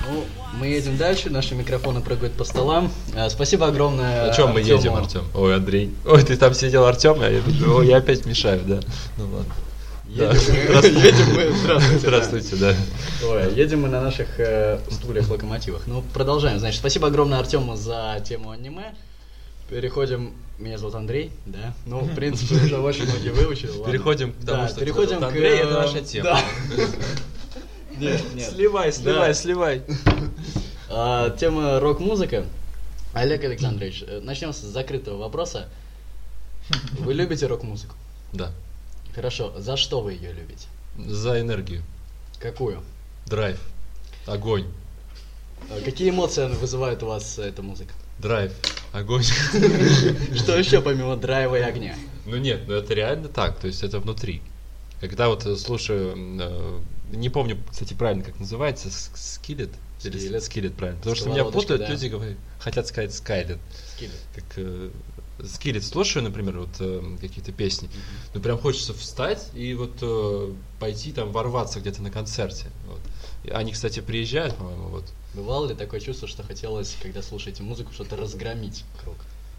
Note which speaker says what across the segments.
Speaker 1: Ну, мы едем дальше, наши микрофоны прыгают по столам. Спасибо огромное.
Speaker 2: На чем мы едем, Артем? Ой, Андрей. Ой, ты там сидел, Артем, я опять мешаю, да. Ну ладно.
Speaker 1: Едем мы. Здравствуйте.
Speaker 2: Здравствуйте, да.
Speaker 1: Ой, едем мы на наших стульях-локомотивах. Ну, продолжаем. Значит, спасибо огромное Артему за тему аниме. Переходим. Меня зовут Андрей, да. Ну, в принципе, уже очень многие выучили.
Speaker 2: Переходим к тому, что
Speaker 1: переходим к
Speaker 2: Андрей, это наша тема.
Speaker 1: Нет.
Speaker 2: Сливай.
Speaker 1: Тема рок-музыка. Олег Александрович, начнем с закрытого вопроса. Вы любите рок-музыку?
Speaker 2: Да.
Speaker 1: Хорошо. За что вы ее любите?
Speaker 2: За энергию.
Speaker 1: Какую?
Speaker 2: Драйв. Огонь.
Speaker 1: Какие эмоции вызывает у вас эта музыка?
Speaker 2: Драйв. Огонь.
Speaker 1: Что еще помимо драйва и огня?
Speaker 2: Ну нет, ну это реально так, то есть это внутри. Когда вот слушаю, не помню, кстати, правильно как называется, скиллет? Или скиллет, правильно. Потому что меня путают, да. Люди хотят сказать скайлет. Как скиллет слушаю, например, вот какие-то песни, ну прям хочется встать и вот пойти там ворваться где-то на концерте. Вот. Они, кстати, приезжают, по-моему, вот.
Speaker 1: Бывало ли такое чувство, что хотелось, когда слушаете музыку, что-то разгромить вокруг?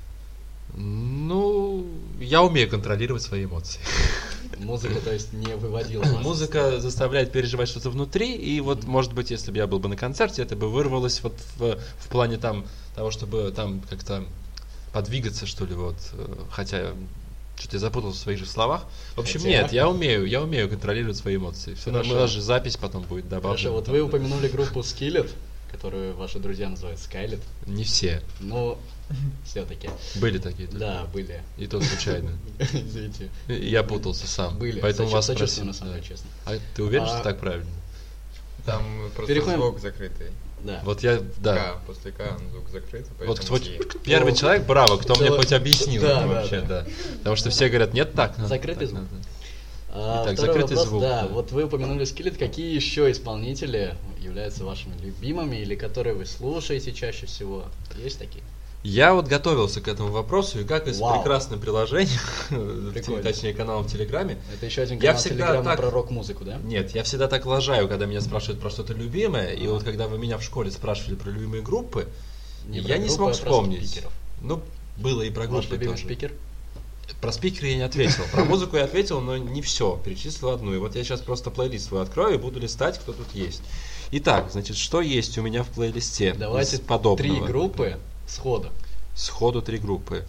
Speaker 2: Ну, я умею контролировать свои эмоции.
Speaker 1: Музыка, то есть, не выводила вас?
Speaker 2: Музыка заставляет переживать что-то внутри, и вот, может быть, если бы я был бы на концерте, это бы вырвалось вот в плане там того, чтобы там как-то подвигаться, что ли, вот, хотя что-то я запутался в своих же словах. В общем, нет, я умею контролировать свои эмоции. Все, даже запись потом будет добавлена.
Speaker 1: Хорошо, вот вы упомянули группу Skillet, которую ваши друзья называют Skylet.
Speaker 2: Не все.
Speaker 1: Но все-таки.
Speaker 2: Были такие.
Speaker 1: Да, были.
Speaker 2: И то случайно.
Speaker 1: Извините.
Speaker 2: Я путался сам.
Speaker 1: Были.
Speaker 2: Поэтому вас
Speaker 1: сочувствую, на самом деле, честно.
Speaker 2: А ты уверен, что так правильно?
Speaker 3: Там просто звук закрытый.
Speaker 1: Да.
Speaker 2: Вот я, да.
Speaker 3: После К звук закрытый.
Speaker 2: Вот хоть первый человек, браво, кто мне хоть объяснил вообще, да. Потому что все говорят, нет, так.
Speaker 1: Закрытый звук.
Speaker 2: Итак,
Speaker 1: второй
Speaker 2: закрытый
Speaker 1: вопрос,
Speaker 2: звук.
Speaker 1: Да, вот вы упомянули Skillet, какие еще исполнители являются вашими любимыми или которые вы слушаете чаще всего? Есть такие?
Speaker 2: Я вот готовился к этому вопросу, и как из прекрасного приложения, точнее канала в Телеграме.
Speaker 1: Это еще один канал Телеграма про рок-музыку, да?
Speaker 2: Нет, я всегда так лажаю, когда меня спрашивают про что-то любимое, и вот когда вы меня в школе спрашивали про любимые группы, я не смог вспомнить. Ну, было и про группы тоже.
Speaker 1: Ваш любимый спикер?
Speaker 2: Про спикера я не ответил. Про музыку я ответил, но не все. Перечислил одну. И вот я сейчас просто плейлист свой открою и буду листать, кто тут есть. Итак, значит, что есть у меня в плейлисте?
Speaker 1: Давайте
Speaker 2: подобного.
Speaker 1: 3 группы сходу.
Speaker 2: Сходу 3 группы.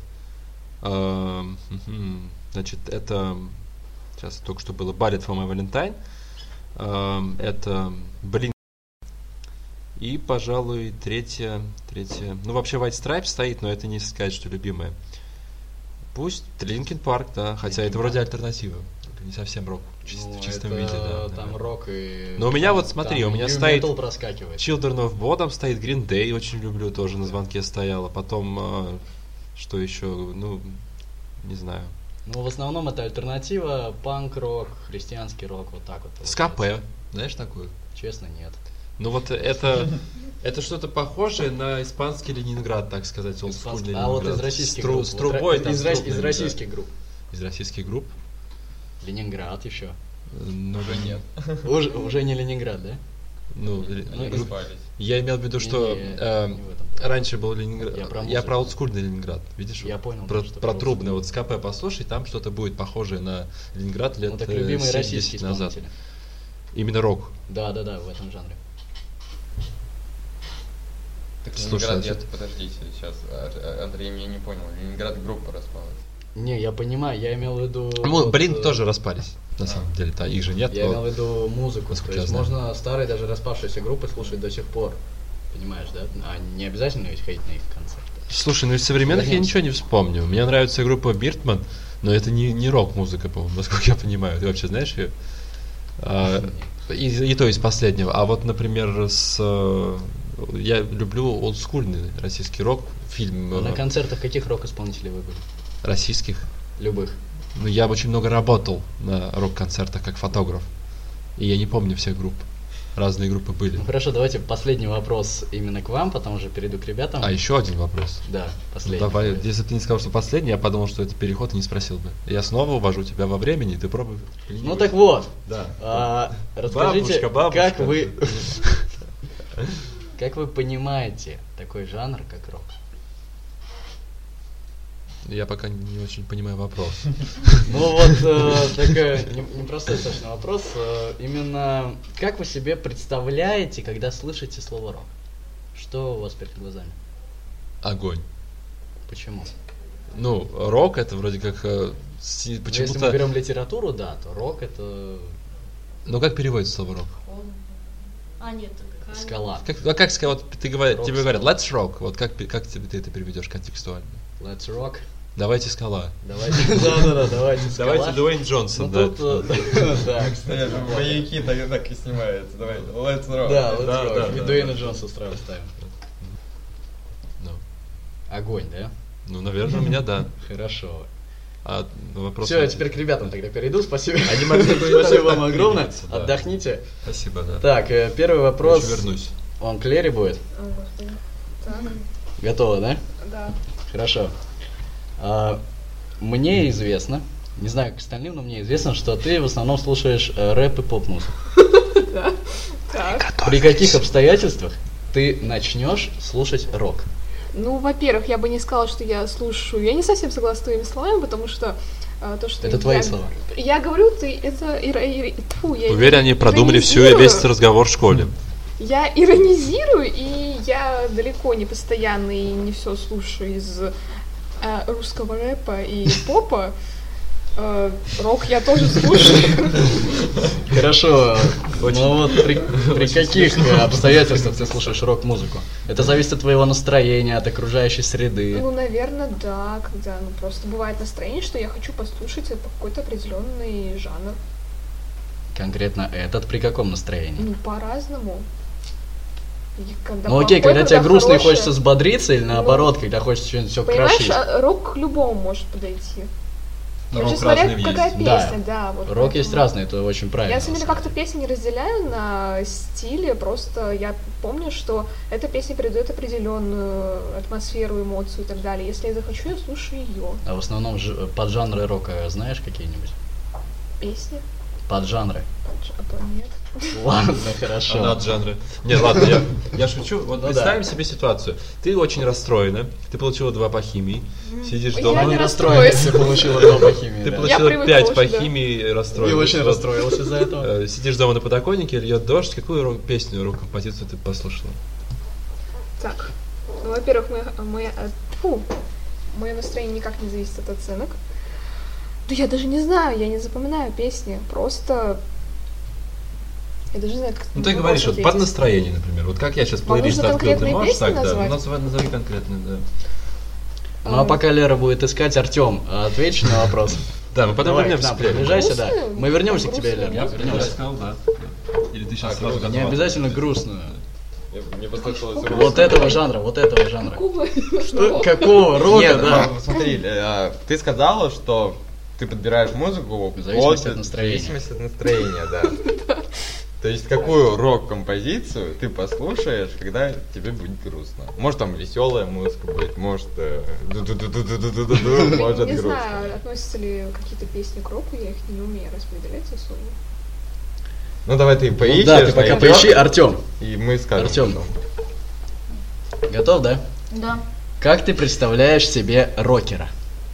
Speaker 2: Значит, это... Сейчас только что было Ballet for My Valentine. Это Blink. И, пожалуй, третья. Ну, вообще White Stripes стоит, но это не сказать, что любимая. Пусть Linkin Park, да, хотя это вроде альтернатива. Не совсем рок в чистом виде, да.
Speaker 1: Там рок и...
Speaker 2: Но у меня вот, смотри, у меня стоит
Speaker 1: проскакивает.
Speaker 2: Children of Bodom, стоит Green Day, очень люблю, тоже на звонке стояла. Потом, что еще, ну, не знаю.
Speaker 1: Ну, в основном это альтернатива, панк-рок, христианский рок, вот так вот.
Speaker 2: СКП, знаешь такую?
Speaker 1: Честно, нет.
Speaker 2: Ну вот это что-то похожее на испанский Ленинград, так сказать, олдскульный Ленинград.
Speaker 1: А вот из российских групп.
Speaker 2: С трубой там.
Speaker 1: Из российских групп.
Speaker 2: Из российских групп?
Speaker 1: Ленинград еще.
Speaker 2: Ну,
Speaker 3: уже нет.
Speaker 1: Уже не Ленинград, да?
Speaker 2: Ну, я имел в виду, что раньше был Ленинград. Я про олдскульный Ленинград, видишь?
Speaker 1: Я понял.
Speaker 2: Про трубный. Вот СКП послушай, там что-то будет похожее на Ленинград лет 70 назад. Именно рок.
Speaker 1: Да, в этом жанре.
Speaker 3: Так Ленинград, подождите, сейчас, Андрей меня не понял, Ленинград группа распалась.
Speaker 1: Не, я понимаю, я имел в виду...
Speaker 2: Ну, Блинк тоже распались, на самом деле, да, их же нет.
Speaker 1: Я имел в виду музыку, то есть можно старые даже распавшиеся группы слушать до сих пор, понимаешь, да? А не обязательно ведь ходить на их концерты.
Speaker 2: Слушай, ну из современных я ничего не вспомню. Мне нравится группа Биртман, но это не рок-музыка, по-моему, насколько я понимаю. Ты вообще знаешь ее? И то из последнего. А вот, например, я люблю олдскульный российский рок, фильм.
Speaker 1: А на концертах каких рок-исполнителей вы были?
Speaker 2: Российских?
Speaker 1: Любых.
Speaker 2: Ну, я очень много работал на рок-концертах как фотограф. И я не помню всех групп. Разные группы были.
Speaker 1: Ну хорошо, давайте последний вопрос именно к вам, потом уже перейду к ребятам.
Speaker 2: А еще один вопрос.
Speaker 1: Да, последний.
Speaker 2: Ну, давай, если ты не сказал, что последний, я подумал, что это переход, и не спросил бы. Я снова увожу тебя во времени, и ты пробуй.
Speaker 1: Ну так вот.
Speaker 2: Да.
Speaker 1: Расскажите,
Speaker 2: бабушка.
Speaker 1: как вы... Как вы понимаете такой жанр, как рок?
Speaker 2: Я пока не очень понимаю вопрос.
Speaker 1: Ну вот такой непростой точно вопрос. Именно как вы себе представляете, когда слышите слово рок? Что у вас перед глазами?
Speaker 2: Огонь.
Speaker 1: Почему?
Speaker 2: Ну, рок это вроде как почему-то...
Speaker 1: Если мы берем литературу, да, то рок это...
Speaker 2: Ну как переводится слово рок?
Speaker 4: Нет,
Speaker 1: скала.
Speaker 2: Как сказать, вот тебе говорят let's rock, вот как ты это переведешь контекстуально?
Speaker 1: Let's rock.
Speaker 2: Давайте скала.
Speaker 1: Давайте, да, давайте скала.
Speaker 2: Давайте Дуэйн Джонсон, да.
Speaker 1: Да,
Speaker 3: кстати, маяки так и снимаются. Давай, let's rock.
Speaker 1: Да, let's rock. И Дуэйна Джонса сразу ставим. Огонь, да?
Speaker 2: Ну, наверное, у меня да.
Speaker 1: Хорошо.
Speaker 2: Вопрос...
Speaker 1: Все, я теперь к ребятам тогда перейду. Спасибо.
Speaker 2: Они могли бы
Speaker 1: Спасибо вам огромное. Отдохните.
Speaker 2: Спасибо, да.
Speaker 1: Так, первый вопрос.
Speaker 2: Я еще вернусь.
Speaker 1: Он к Лере будет?
Speaker 4: Так.
Speaker 1: Готово, да?
Speaker 4: Да.
Speaker 1: Хорошо. Мне известно, не знаю, как остальным, но мне известно, что ты в основном слушаешь рэп и поп-музыку.
Speaker 4: Да. Так.
Speaker 1: При каких обстоятельствах ты начнешь слушать рок?
Speaker 4: Ну, во-первых, я бы не сказала, что я слушаю. Я не совсем согласна с твоими словами, потому что то, что
Speaker 1: это твои слова.
Speaker 4: Я говорю, это
Speaker 2: Уверен, они продумали весь разговор в школе.
Speaker 4: Я иронизирую, и я далеко не постоянно и не все слушаю из русского рэпа и попа. Рок я тоже слушаю.
Speaker 1: Хорошо. Ну вот при каких обстоятельствах ты слушаешь рок-музыку? Это зависит от твоего настроения, от окружающей среды.
Speaker 4: Ну, наверное, да, когда просто бывает настроение, что я хочу послушать какой-то определенный жанр.
Speaker 1: Конкретно этот при каком настроении?
Speaker 4: Ну, по-разному.
Speaker 1: Ну окей, когда тебе грустно и хочется взбодриться, или наоборот, когда хочется что-нибудь все крошить.
Speaker 4: Понимаешь, рок к любому может подойти.
Speaker 2: Рок
Speaker 4: смотря
Speaker 2: разный
Speaker 4: какая
Speaker 2: есть.
Speaker 4: песня, да. Вот
Speaker 1: рок
Speaker 4: поэтому.
Speaker 1: Есть разный, это очень правильно.
Speaker 4: Я, на самом деле, как-то песни не разделяю на стиле, просто я помню, что эта песня передает определенную атмосферу, эмоцию и так далее. Если я захочу, я слушаю ее.
Speaker 1: А в основном поджанры рока знаешь какие-нибудь?
Speaker 4: Песни?
Speaker 1: Поджанры?
Speaker 4: Нет.
Speaker 1: Ладно, хорошо.
Speaker 2: Поджанры. Нет, ладно, я шучу. Вот представим себе ситуацию. Ты очень расстроена, ты получила 2 по химии, сидишь дома.
Speaker 4: Я не
Speaker 1: расстроилась, я получила 2 по химии.
Speaker 2: Ты получила 5 по химии, расстроилась.
Speaker 1: И очень расстроилась из-за этого.
Speaker 2: Сидишь дома на подоконнике, льет дождь. Какую песню, рок-композицию ты послушала?
Speaker 4: Так, ну, во-первых, мое настроение никак не зависит от оценок. Да я даже не знаю, я не запоминаю песни, просто... Я даже не знаю, как...
Speaker 2: Ну ты говоришь, вот под настроение, например. Вот как я сейчас плейлист открыл, ты можешь так, да? Назови конкретно, да.
Speaker 1: Ну а пока Лера будет искать, Артем, ответишь на вопрос?
Speaker 2: Да, мы потом вернемся к
Speaker 1: Лере. Приезжайся, да. Мы вернемся к тебе, Лера.
Speaker 2: Я сказал, да. Или ты сейчас сразу
Speaker 1: не обязательно грустную.
Speaker 3: Мне послышалось...
Speaker 1: Вот этого жанра.
Speaker 4: Какого?
Speaker 1: Какого? Рока, да.
Speaker 3: Смотри, ты сказала, что ты подбираешь музыку
Speaker 1: в зависимости от настроения.
Speaker 3: В зависимости от настроения, да. То есть какую рок-композицию ты послушаешь, когда тебе будет грустно? Может там веселая музыка будет, может может
Speaker 4: Не
Speaker 3: грустно.
Speaker 4: знаю, относятся ли какие-то песни к року, я их не умею распределять особо.
Speaker 3: Ну давай ты поищешь.
Speaker 1: Да, ты пока поищи, Артем.
Speaker 3: И мы скажем.
Speaker 1: Артем, готов, да?
Speaker 5: Да.
Speaker 1: Как ты представляешь себе рокера?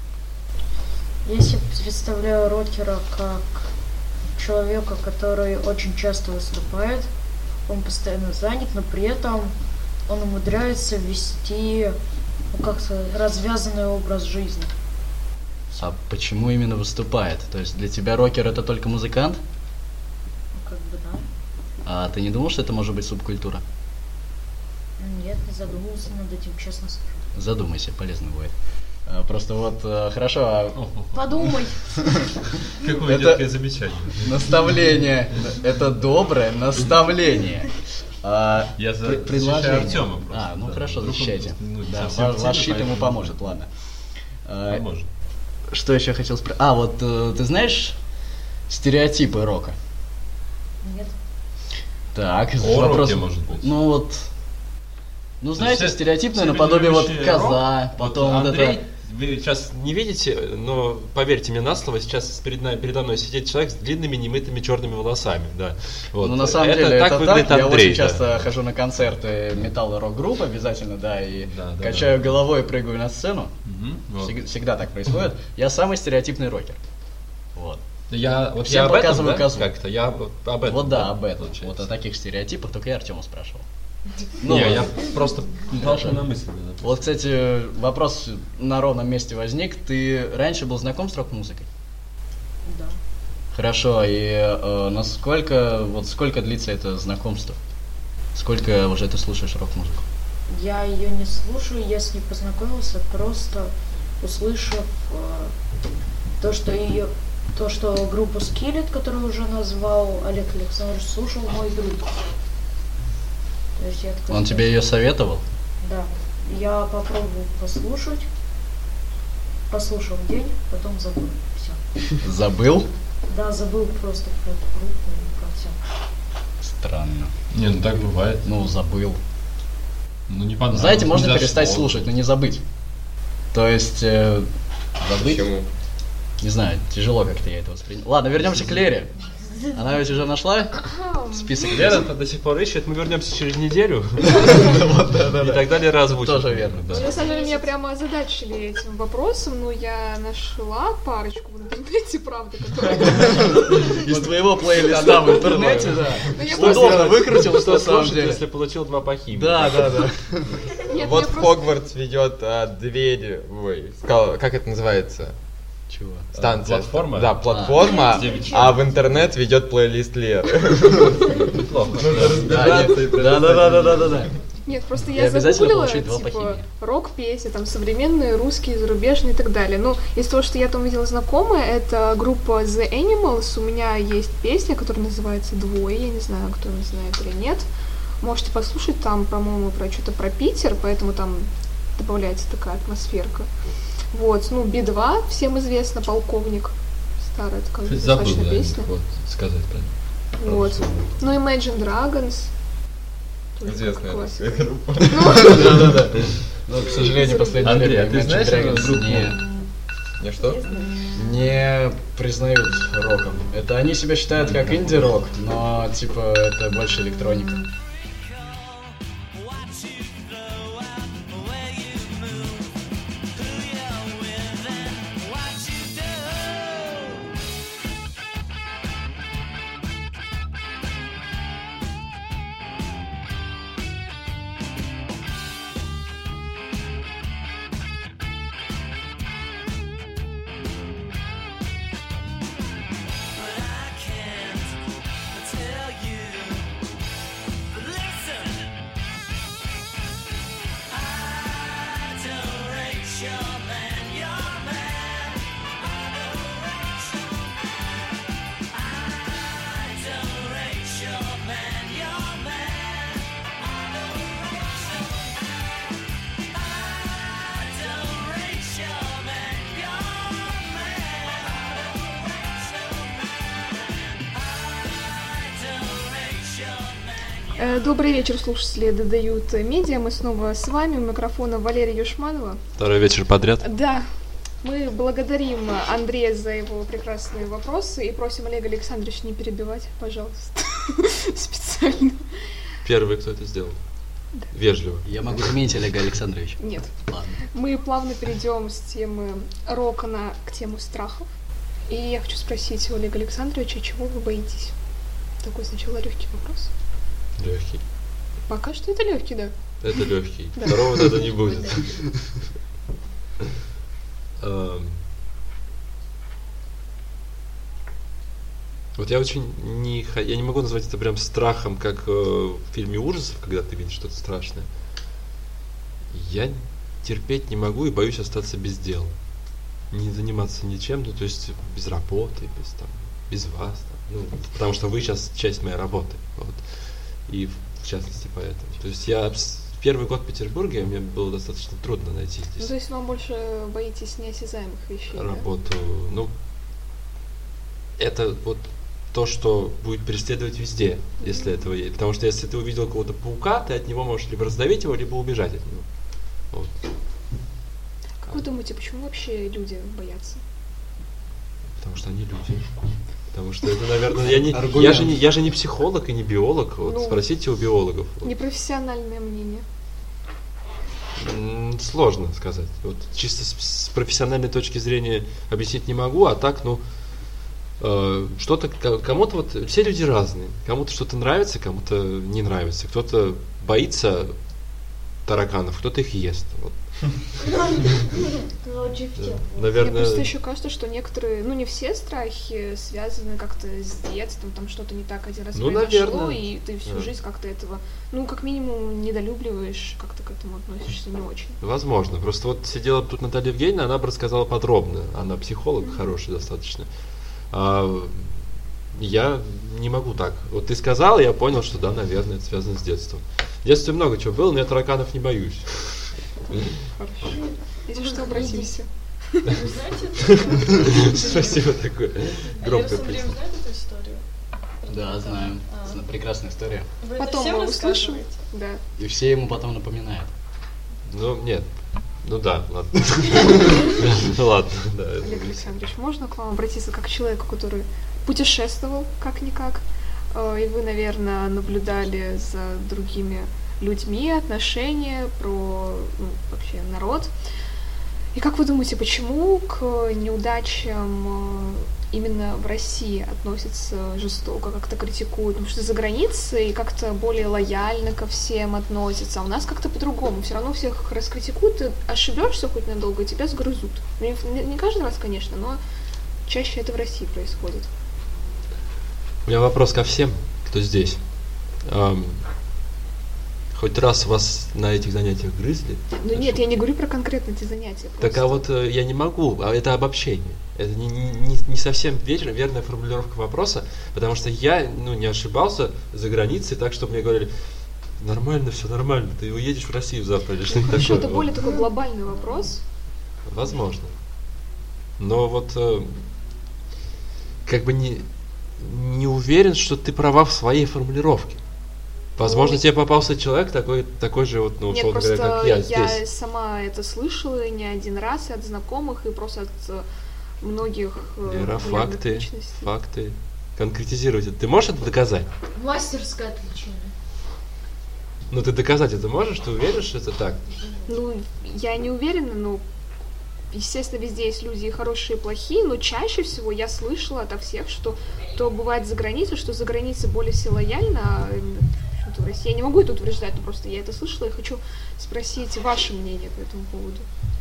Speaker 5: Я себе представляю рокера как человека, который очень часто выступает, он постоянно занят, но при этом он умудряется вести как-то развязанный образ жизни.
Speaker 1: А почему именно выступает? То есть для тебя рокер это только музыкант?
Speaker 5: Ну, как бы да.
Speaker 1: А ты не думал, что это может быть субкультура?
Speaker 5: Нет, не задумывался над этим, честно скажу.
Speaker 1: Задумайся, полезно будет. Просто вот, хорошо.
Speaker 5: Подумай.
Speaker 2: Какое детское замечание.
Speaker 1: Наставление. Это доброе наставление.
Speaker 2: Я защищаю Артема просто.
Speaker 1: Ну хорошо, защищайте. Да,
Speaker 2: совсем
Speaker 1: ваш щит ему поможет, ладно.
Speaker 2: Поможет.
Speaker 1: Что еще хотел спросить? Вот ты знаешь стереотипы рока?
Speaker 5: Нет.
Speaker 1: Так,
Speaker 2: вопрос. Может быть.
Speaker 1: Ну вот. Ну, знаете, стереотипное наподобие вот коза, потом вот это
Speaker 2: вы сейчас не видите, но поверьте мне на слово, сейчас передо мной сидит человек с длинными немытыми черными волосами, да. Вот.
Speaker 1: Ну, на самом деле,
Speaker 2: так выглядит
Speaker 1: так.
Speaker 2: Андрей,
Speaker 1: Я очень часто хожу на концерты металл- и рок-групп обязательно, да, и качаю головой и прыгаю на сцену. Всегда так происходит. Я самый стереотипный рокер. Вот.
Speaker 2: Я
Speaker 1: Всем
Speaker 2: об этом,
Speaker 1: показываю козу.
Speaker 2: Как-то, я об этом.
Speaker 1: Вот да, об этом.
Speaker 2: Получается.
Speaker 1: Вот о таких стереотипах только я Артема спрашивал.
Speaker 2: Не, я просто толкнул на мысль.
Speaker 1: Вот, кстати, вопрос на ровном месте возник. Ты раньше был знаком с рок-музыкой?
Speaker 5: Да.
Speaker 1: Хорошо, и сколько длится это знакомство? Сколько уже ты слушаешь рок-музыку?
Speaker 5: Я ее не слушаю, я с ней познакомился, просто услышав то, что группу Skillet, которую уже назвал Олег Александрович, слушал мой друг. То есть я такой,
Speaker 1: Он тебе ее советовал?
Speaker 5: Да. Я попробовал послушал день, потом забыл. Все.
Speaker 1: Забыл?
Speaker 5: Да, забыл просто про эту группу и про все.
Speaker 1: Странно.
Speaker 2: Не, ну так бывает.
Speaker 1: Ну, забыл.
Speaker 2: Ну, не понравилось.
Speaker 1: Знаете, можно перестать слушать, но не забыть. То есть, забыть?
Speaker 3: Почему?
Speaker 1: Не знаю, тяжело как-то я это воспринял. Ладно, вернемся к Лере. Она ведь уже нашла список.
Speaker 2: Лера до сих пор ищет, мы вернемся через неделю. И тогда Лера озвучит.
Speaker 1: Тоже верно.
Speaker 4: На самом деле меня прямо озадачили этим вопросом, но я нашла парочку в интернете, правда, которые...
Speaker 1: Из твоего плейлиста в интернете, да. Удобно выкрутился на самом деле.
Speaker 2: Если получил 2 по химии.
Speaker 1: Да.
Speaker 3: Вот в Хогвартс ведет дверь, как это называется?
Speaker 1: Чего?
Speaker 3: Станция.
Speaker 2: Платформа?
Speaker 3: Да, платформа, а в интернет ведет плейлист Леры.
Speaker 2: Неплохо.
Speaker 1: Да.
Speaker 4: Нет, просто
Speaker 1: И
Speaker 4: я
Speaker 1: обязательно
Speaker 4: загуглила,
Speaker 1: получить 2 по
Speaker 4: типа,
Speaker 1: химии.
Speaker 4: рок-песни, там, современные, русские, зарубежные и так далее. Ну, из того, что я там видела знакомая, это группа The Animals. У меня есть песня, которая называется «Двое», я не знаю, кто не знает или нет. Можете послушать, там, по-моему, что-то про Питер, поэтому там добавляется такая атмосферка. Вот, ну, Би-2, всем известно, «Полковник». Старая такая достаточно песня.
Speaker 2: Вот, сказать правильно.
Speaker 4: Вот. Ну, Imagine Dragons.
Speaker 3: Известная
Speaker 4: классика.
Speaker 3: группа.
Speaker 1: Да. Но, к сожалению, последнее
Speaker 2: Андрей,
Speaker 1: время
Speaker 2: а ты
Speaker 1: Imagine
Speaker 2: знаешь
Speaker 1: Dragons
Speaker 2: эту группу?
Speaker 3: Не что?
Speaker 1: не признают роком. Это они себя считают как инди-рок, но типа это больше электроника.
Speaker 4: Добрый вечер, слушатели Додают Медиа. Мы снова с вами. У микрофона Валерия Юшманова.
Speaker 2: Второй вечер подряд.
Speaker 4: Да. Мы благодарим Андрея за его прекрасные вопросы и просим Олега Александровича не перебивать, пожалуйста. Специально.
Speaker 2: Первый, кто это сделал. Вежливо.
Speaker 1: Я могу заменить Олега Александровича.
Speaker 4: Нет.
Speaker 1: Ладно.
Speaker 4: Мы плавно перейдем с темы рока к тему страхов. И я хочу спросить у Олега Александровича, чего вы боитесь? Такой сначала легкий вопрос.
Speaker 2: Легкий.
Speaker 4: Пока что это легкий, да.
Speaker 2: Это легкий.
Speaker 4: Да.
Speaker 2: Второго тогда не будет. Вот я очень я не могу назвать это прям страхом, как в фильме ужасов, когда ты видишь что-то страшное. Я терпеть не могу и боюсь остаться без дела. Не заниматься ничем, ну то есть без работы, без вас. Там, ну, потому что вы сейчас часть моей работы. Вот. И в частности поэтому. То есть я первый год в Петербурге, мне было достаточно трудно найти здесь.
Speaker 4: Ну, то есть вам больше боитесь неосязаемых вещей,
Speaker 2: работу. Да? Ну, это вот то, что будет преследовать везде, если этого есть. Потому что если ты увидел какого-то паука, ты от него можешь либо раздавить его, либо убежать от него. Вот.
Speaker 4: Как вы думаете, почему вообще люди боятся?
Speaker 2: Потому что они люди. Потому что это, наверное, я же не психолог и не биолог. Вот спросите у биологов.
Speaker 4: Непрофессиональное мнение.
Speaker 2: Сложно сказать. Вот чисто с профессиональной точки зрения объяснить не могу, а так, что-то кому-то вот все люди разные. Кому-то что-то нравится, кому-то не нравится. Кто-то боится тараканов, кто-то их ест. Вот.
Speaker 4: Наверное... Мне просто еще кажется, что некоторые, не все страхи связаны как-то с детством, там что-то не так один раз произошло, и ты всю жизнь как-то этого, как минимум недолюбливаешь, как-то к этому относишься не очень.
Speaker 2: Возможно. Просто вот сидела тут Наталья Евгеньевна, она бы рассказала подробно. Она психолог хороший достаточно. Я не могу так. Вот ты сказала, я понял, что да, наверное, это связано с детством. В детстве много чего было, но я тараканов не боюсь.
Speaker 4: Хорошо. Если что, обратимся.
Speaker 6: Вы знаете?
Speaker 2: Спасибо такое. Громкое
Speaker 6: Андрей, вы знаете эту историю?
Speaker 1: Да, знаем. Прекрасная история.
Speaker 4: Потом мы услышим. Да.
Speaker 1: И все ему потом напоминают.
Speaker 2: Нет. Да, ладно. Ладно, да.
Speaker 4: Олег Александрович, можно к вам обратиться как к человеку, который путешествовал как-никак, и вы, наверное, наблюдали за другими людьми, отношения, про вообще народ. И как вы думаете, почему к неудачам именно в России относятся жестоко, как-то критикуют? Потому что за границей как-то более лояльно ко всем относятся, а у нас как-то по-другому. Все равно всех раскритикуют, ты ошибешься хоть надолго, и тебя сгрызут. Не каждый раз, конечно, но чаще это в России происходит.
Speaker 2: У меня вопрос ко всем, кто здесь. Хоть раз вас на этих занятиях грызли?
Speaker 4: Нет, я не говорю про конкретно эти занятия.
Speaker 2: Так я не могу, это обобщение. Это не совсем верная формулировка вопроса, потому что я не ошибался за границей так, чтобы мне говорили, нормально, все нормально, ты уедешь в Россию завтра или что-нибудь такое.
Speaker 4: Это более такой глобальный вопрос.
Speaker 2: Возможно. Но вот не уверен, что ты права в своей формулировке. Возможно, тебе попался человек такой же, условно говоря, как я здесь.
Speaker 4: Я сама это слышала не один раз и от знакомых, и просто от многих
Speaker 2: Лера, факты. Конкретизировать это. Ты можешь это доказать?
Speaker 5: Мастерское отличие.
Speaker 2: Ты доказать это можешь? Ты уверен, что это так?
Speaker 4: Я не уверена, но естественно, везде есть люди и хорошие, и плохие, но чаще всего я слышала ото всех, что то бывает за границей, что за границей более все лояльно, а в России. Я не могу это утверждать, но просто я это слышала и хочу спросить ваше мнение по этому поводу.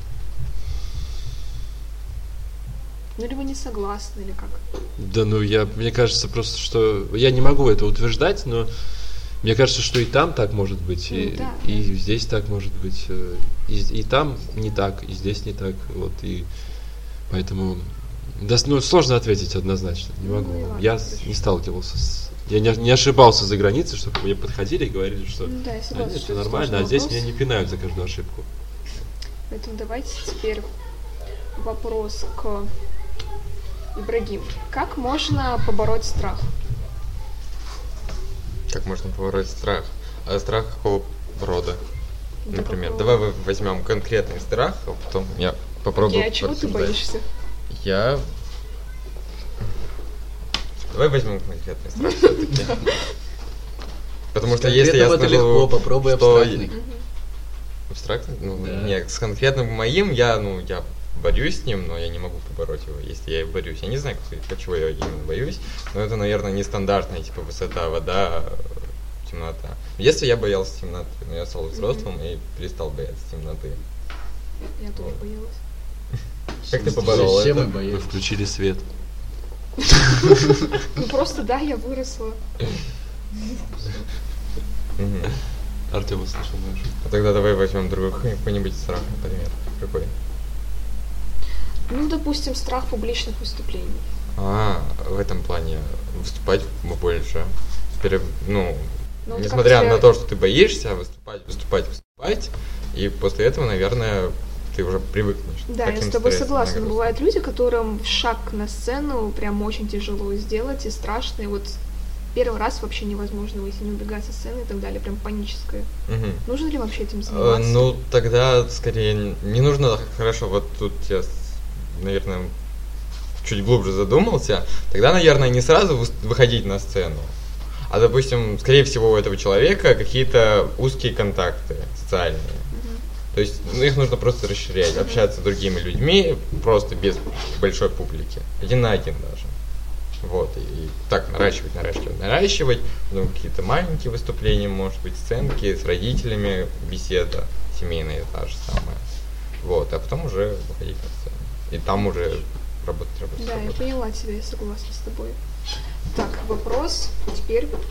Speaker 4: Или вы не согласны, или как?
Speaker 2: Да, мне кажется просто, что я не могу это утверждать, но мне кажется, что и там так может быть, и здесь так может быть, и там не так, и здесь не так, и поэтому сложно ответить однозначно, не могу. Я не сталкивался я не ошибался за границей, чтобы мне подходили и говорили, что это нормально, а здесь меня не пинают за каждую ошибку.
Speaker 4: Поэтому давайте теперь вопрос к Ибрагиму. Как можно побороть страх?
Speaker 3: Как можно побороть страх? А страх какого рода? Например, давай возьмем конкретный страх, а потом я попробую.
Speaker 4: А чего ты боишься?
Speaker 3: Давай возьмем конкретный страх все-таки. Потому что если я скажу,
Speaker 1: легко, попробуй абстрактный.
Speaker 3: Абстрактный? Нет, с конкретным моим я борюсь с ним, но я не могу побороть его, если я борюсь. Я не знаю, почему я именно боюсь, но это, наверное, нестандартная, высота, вода, темнота. В детстве я боялся темноты, но я стал взрослым и перестал бояться темноты.
Speaker 4: Я тоже боялась.
Speaker 3: Как ты поборол это?
Speaker 2: Вы включили свет.
Speaker 4: Просто я выросла.
Speaker 2: Артем услышал мою шутку.
Speaker 3: А тогда давай возьмем другой какой-нибудь страх, например. Какой?
Speaker 4: Допустим, страх публичных выступлений.
Speaker 3: В этом плане выступать больше. Несмотря на то, что ты боишься, выступать, и после этого, наверное, ты уже привыкнешь.
Speaker 4: Да, я с тобой согласна. Бывают люди, которым шаг на сцену прям очень тяжело сделать и страшно, и первый раз вообще невозможно выйти, не убегать со сцены и так далее, прям паническое. Нужно ли вообще этим заниматься?
Speaker 3: Ну, тогда скорее не нужно, хорошо, вот тут я, наверное, чуть глубже задумался, тогда, наверное, не сразу выходить на сцену, а, допустим, скорее всего, у этого человека какие-то узкие контакты социальные. То есть, их нужно просто расширять, общаться с другими людьми, просто без большой публики, один на один даже. Вот, и так наращивать, потом какие-то маленькие выступления, может быть, сценки с родителями, беседа семейная та же самая. Вот, а потом уже выходить на сцену. И там уже работать.
Speaker 4: Да, я поняла тебя, я согласна с тобой. Так, вопрос теперь к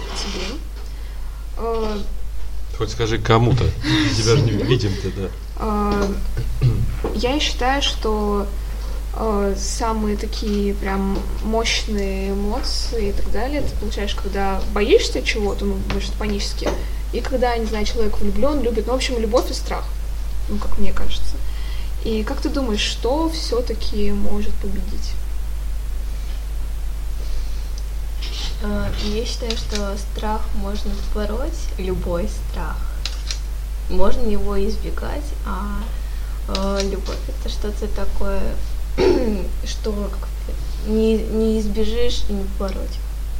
Speaker 4: тебе.
Speaker 2: Хоть скажи кому-то, тебя же не видим-то, да.
Speaker 4: Я считаю, что самые такие прям мощные эмоции и так далее ты получаешь, когда боишься чего-то, ну, может, панически, и когда, не знаю, человек влюблен, любит, ну, в общем, любовь и страх, ну, как мне кажется. И как ты думаешь, что все-таки может победить?
Speaker 6: Я считаю, что страх можно побороть, любой страх. Можно его избегать, а любовь — это что-то такое, что не избежишь и не побороть.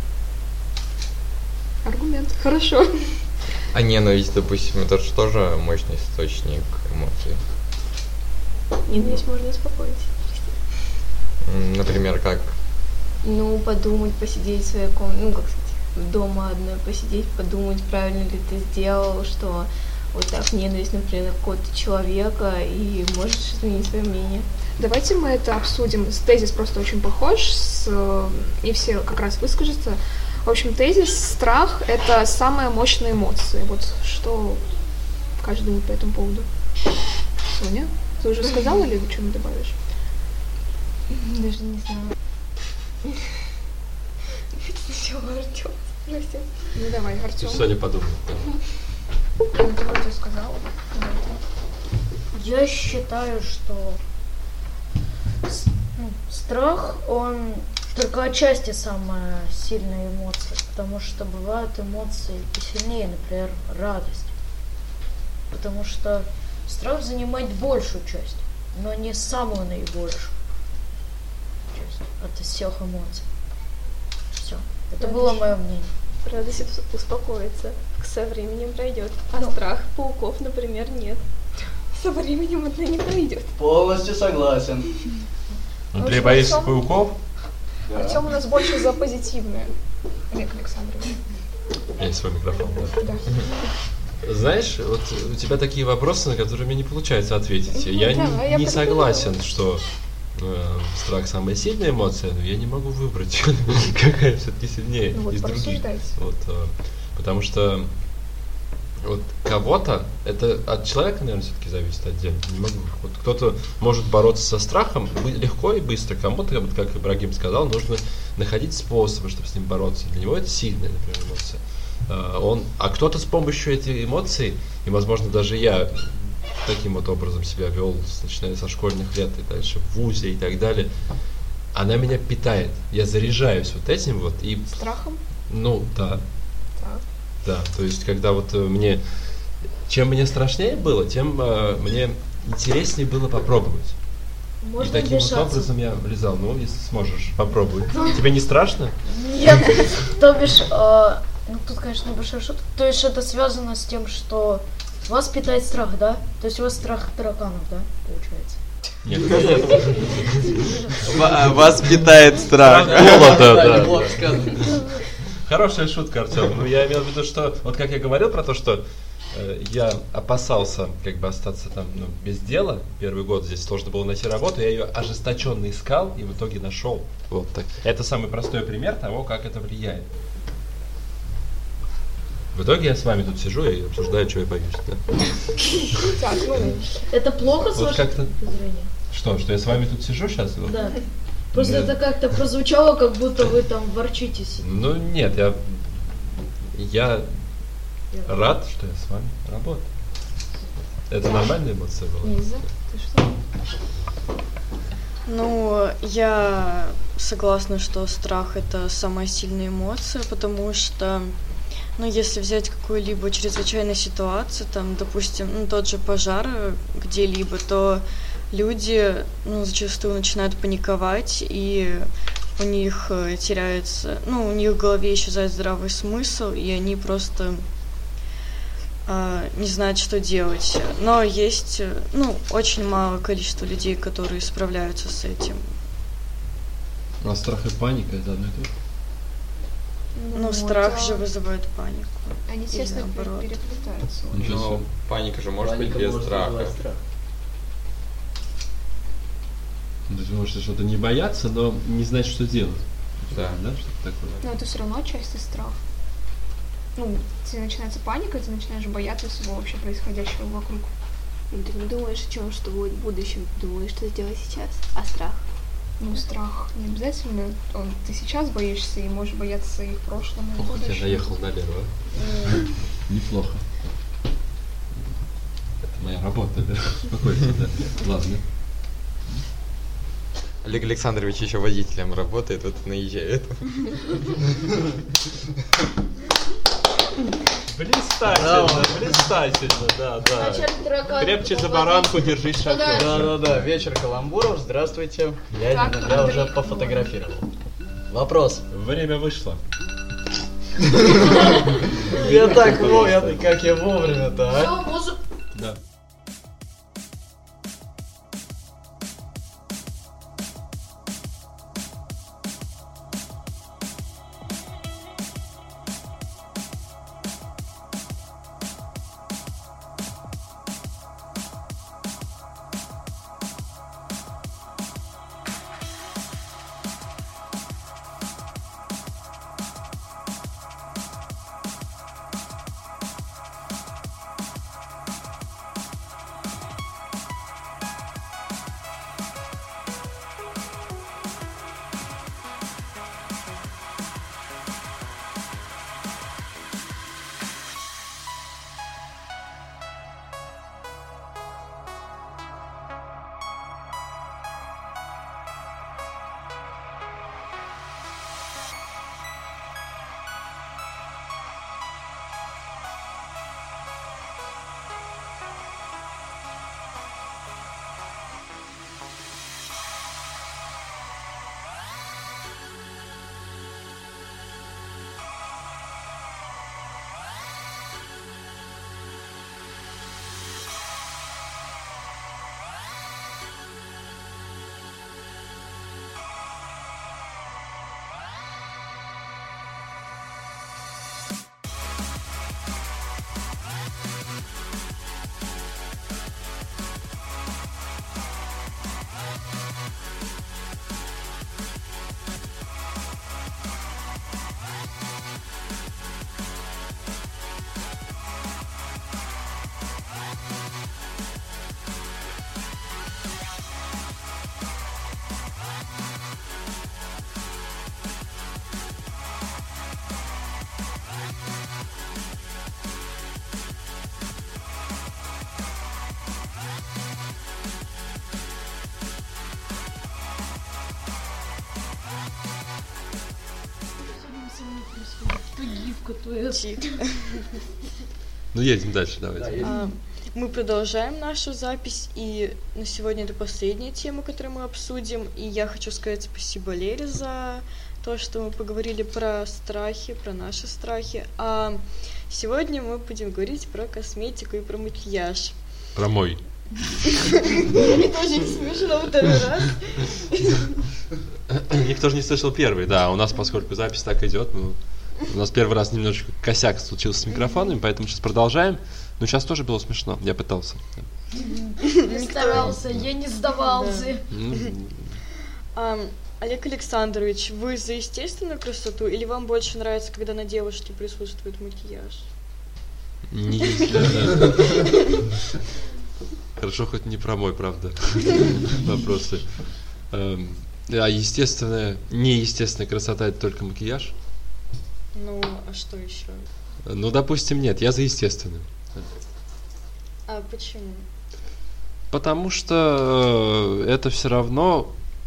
Speaker 4: Аргумент, хорошо.
Speaker 3: А ненависть, допустим, это же тоже мощный источник эмоций.
Speaker 6: Ненависть можно успокоить.
Speaker 3: Например, как?
Speaker 6: Ну, подумать, посидеть в своей комнате, ну, как сказать, дома одной посидеть, подумать, правильно ли ты сделал, что вот так ненависть, например, какого-то человека, и можешь изменить свое мнение.
Speaker 4: Давайте мы это обсудим. Тезис просто очень похож, и все как раз выскажутся. В общем, тезис «страх» — это самая мощная эмоция. Вот что каждый думает по этому поводу? Соня, ты уже сказала или вы что-нибудь добавишь?
Speaker 6: Даже не знаю. Сначала Артём спросил.
Speaker 4: Ну давай, Артём.
Speaker 2: Соня подумает.
Speaker 4: Ты вроде сказала.
Speaker 5: Я считаю, что страх, он только отчасти самая сильная эмоция, потому что бывают эмоции посильнее, например, радость. Потому что страх занимает большую часть, но не самую наибольшую часть от всех эмоций. Все. Это было мое мнение.
Speaker 6: Радость успокоится, со временем пройдет. А страх пауков, например, нет. Со временем это не пройдет.
Speaker 1: Полностью согласен.
Speaker 2: Андрей боится пауков?
Speaker 1: Да.
Speaker 4: Артём у нас больше за позитивное. Олег Александрович.
Speaker 2: Есть свой микрофон, да.
Speaker 4: Да.
Speaker 2: Знаешь, вот у тебя такие вопросы, на которые мне не получается ответить. Я не согласен, что страх самая сильная эмоция, но я не могу выбрать, какая все-таки сильнее из других. Вот, потому что вот кого-то, это от человека, наверное, все-таки зависит отдельно. Не могу. Вот кто-то может бороться со страхом легко и быстро. Кому-то, вот как Ибрагим сказал, нужно находить способы, чтобы с ним бороться. Для него это сильная, например, эмоция. А кто-то с помощью этих эмоций, и, возможно, даже я таким вот образом себя вел, начиная со школьных лет и дальше в вузе и так далее, она меня питает. Я заряжаюсь вот этим вот. И
Speaker 4: страхом?
Speaker 2: Ну, да.
Speaker 4: Так.
Speaker 2: Да, то есть, когда вот чем мне страшнее было, тем мне интереснее было попробовать.
Speaker 5: Можно
Speaker 2: и таким вот образом я влезал. Ну, если сможешь, попробуй. Тебе не страшно?
Speaker 5: Нет, то бишь, ну тут, конечно, небольшая шутка. То есть это связано с тем, что вас питает страх, да? То есть у вас страх тараканов, да, получается?
Speaker 2: Нет.
Speaker 3: Вас питает страх.
Speaker 2: Голода, да. Хорошая шутка, Артём. Ну, я имел в виду, что, вот как я говорил про то, что я опасался как бы остаться там без дела. Первый год здесь сложно было найти работу, я ее ожесточенно искал и в итоге нашел. Вот так. Это самый простой пример того, как это влияет. В итоге я с вами тут сижу и обсуждаю, что я боюсь. Да?
Speaker 4: Так, ну,
Speaker 5: это плохо с
Speaker 2: вот
Speaker 5: вашей
Speaker 2: как-то...
Speaker 5: точки зрения?
Speaker 2: Что я с вами тут сижу сейчас?
Speaker 5: Да. Просто это как-то прозвучало, как будто вы там ворчитесь.
Speaker 2: Ну нет, я рад, что я с вами работаю. Это нормальная эмоция была?
Speaker 4: Лиза, ты что?
Speaker 7: Ну, я согласна, что страх — это самая сильная эмоция, потому что, ну, если взять какую-либо чрезвычайную ситуацию, там, допустим, ну, тот же пожар где-либо, то люди, ну, зачастую начинают паниковать, и у них теряется, ну, у них в голове исчезает здравый смысл, и они просто не знают, что делать. Но есть, ну, очень малое количество людей, которые справляются с этим.
Speaker 2: А страх и паника — это одно и то же?
Speaker 7: Ну, страх же вызывает панику.
Speaker 4: Они, естественно, переплетаются.
Speaker 3: Но паника же может быть без страха.
Speaker 2: То есть вы можете что-то не бояться, но не знать, что делать.
Speaker 3: Да.
Speaker 2: Что-то такое.
Speaker 4: Но это все равно отчасти страх. Ну, если начинается паника, ты начинаешь бояться всего вообще происходящего вокруг.
Speaker 6: Ну, ты не думаешь о чем, что будет в будущем, думаешь, что сделать сейчас. А страх?
Speaker 4: Ну, страх не обязательно. Ты сейчас боишься и можешь бояться и в прошлом, и в будущем.
Speaker 2: Я наехал налево. Неплохо. Это моя работа, да? Спокойно, да. Ладно.
Speaker 3: Олег Александрович еще водителем работает, вот наезжает.
Speaker 2: Блистательно, да. Крепче за баранку держись, шофер.
Speaker 1: Да. Вечер каламбуров, здравствуйте. Я уже пофотографировал. Вопрос.
Speaker 2: Время вышло.
Speaker 1: Как я вовремя-то, а?
Speaker 2: Да. Ну, едем дальше, давайте.
Speaker 7: Мы продолжаем нашу запись, и на сегодня это последняя тема, которую мы обсудим, и я хочу сказать спасибо Лере за то, что мы поговорили про страхи, про наши страхи, а сегодня мы будем говорить про косметику и про макияж.
Speaker 2: Про мой.
Speaker 7: Мне тоже не смешно второй раз.
Speaker 2: Никто же не слышал первый, да, у нас, поскольку запись так идет, у нас первый раз немножечко косяк случился с микрофонами, поэтому сейчас продолжаем. Но сейчас тоже было смешно, я пытался.
Speaker 5: Я старался, я не сдавался.
Speaker 7: Олег Александрович, вы за естественную красоту или вам больше нравится, когда на девушке присутствует макияж?
Speaker 2: Хорошо, хоть не про мой, правда, вопросы. А естественная, неестественная красота — это только макияж?
Speaker 7: Ну, а что еще?
Speaker 2: Ну, допустим, нет, я за естественную.
Speaker 7: А почему?
Speaker 2: Потому что это все равно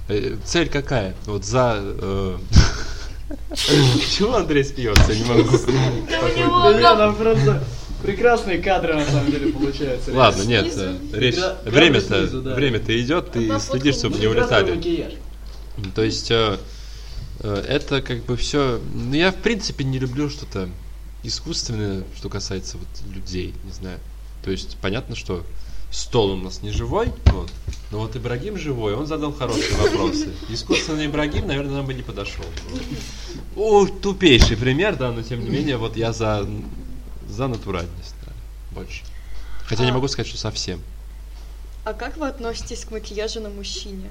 Speaker 2: Цель какая? Вот за... Чего Андрей смеется? Я не могу.
Speaker 1: Там просто прекрасные кадры на самом деле получаются.
Speaker 2: Ладно, нет, время-то идет, ты следишь, чтобы не улетали. То есть это как бы все. Ну, я в принципе не люблю что-то искусственное, что касается вот людей, не знаю. То есть понятно, что стол у нас не живой, вот. Но вот Ибрагим живой, он задал хорошие вопросы. Искусственный Ибрагим, наверное, нам бы не подошел. Тупейший пример, да, но тем не менее, вот я за натуральность, да, больше. Хотя не могу сказать, что совсем.
Speaker 7: А как вы относитесь к макияжу на мужчине?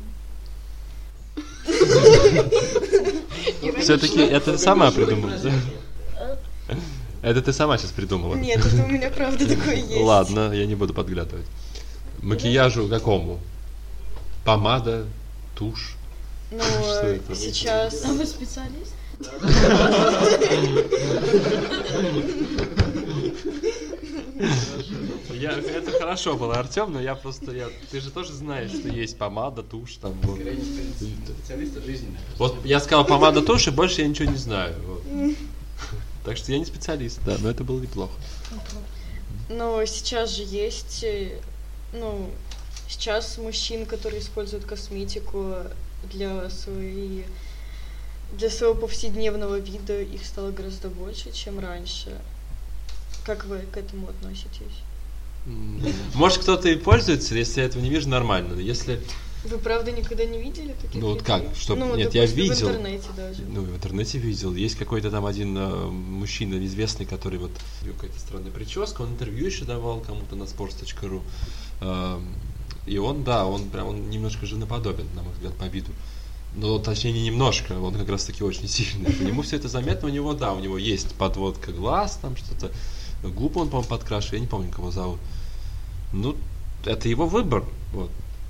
Speaker 2: Все-таки это ты сама придумала, да? Это ты сама сейчас придумала?
Speaker 7: Нет, это у меня правда такое есть.
Speaker 2: Ладно, я не буду подглядывать. Макияжу какому? Помада, тушь?
Speaker 7: Ну, сейчас...
Speaker 5: А вы специалист?
Speaker 2: Это хорошо было, Артем, но я просто... Ты же тоже знаешь, что есть помада, тушь, там... Вот.
Speaker 1: Специалиста жизненная.
Speaker 2: Вот я сказал помада, тушь, и больше я ничего не знаю. Вот. Так что я не специалист, да, но это было неплохо.
Speaker 7: Но сейчас же есть... Ну, сейчас мужчин, которые используют косметику для своего повседневного вида, их стало гораздо больше, чем раньше. Как вы к этому относитесь?
Speaker 2: Может, кто-то и пользуется, если я этого не вижу, нормально. Но если...
Speaker 7: Вы правда никогда не видели таких?
Speaker 2: Ну вот как? Что...
Speaker 7: Ну,
Speaker 2: нет, я видел.
Speaker 7: В интернете даже.
Speaker 2: Ну, в интернете видел. Есть какой-то там один мужчина известный, который вот какая-то странная прическа, он интервью еще давал кому-то на sports.ru. И он, да, он немножко женоподобен, на мой взгляд, по виду. Но точнее не немножко, он как раз таки очень сильный. По нему все это заметно, у него есть подводка глаз, там что-то. Губы он, по-моему, подкрашивает, я не помню, кого зовут. Ну, это его выбор. Вот.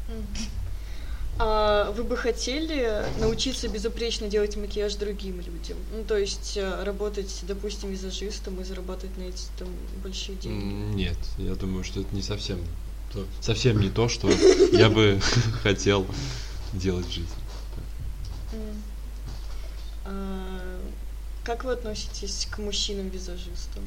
Speaker 7: А вы бы хотели научиться безупречно делать макияж другим людям? Ну, то есть работать, допустим, визажистом и зарабатывать на этом большие деньги?
Speaker 2: Нет, я думаю, что это не совсем не то, что я бы хотел делать в жизни.
Speaker 7: Как вы относитесь к мужчинам-визажистам?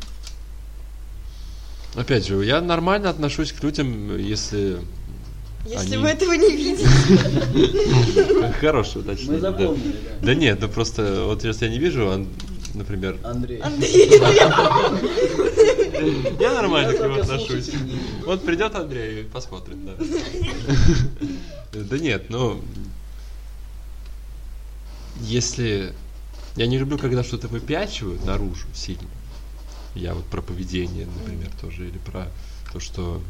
Speaker 2: Опять же, я нормально отношусь к людям, если
Speaker 7: вы этого не видите.
Speaker 2: Хорошее уточнение.
Speaker 1: Мы запомнили, да.
Speaker 2: Да нет, ну просто, вот если я не вижу, например...
Speaker 1: Андрей.
Speaker 2: Я нормально к нему отношусь. Вот придет Андрей, посмотрим, да. Да нет, ну... Если... Я не люблю, когда что-то выпячивают наружу сильно. Я вот про поведение, например, тоже, или про то, что...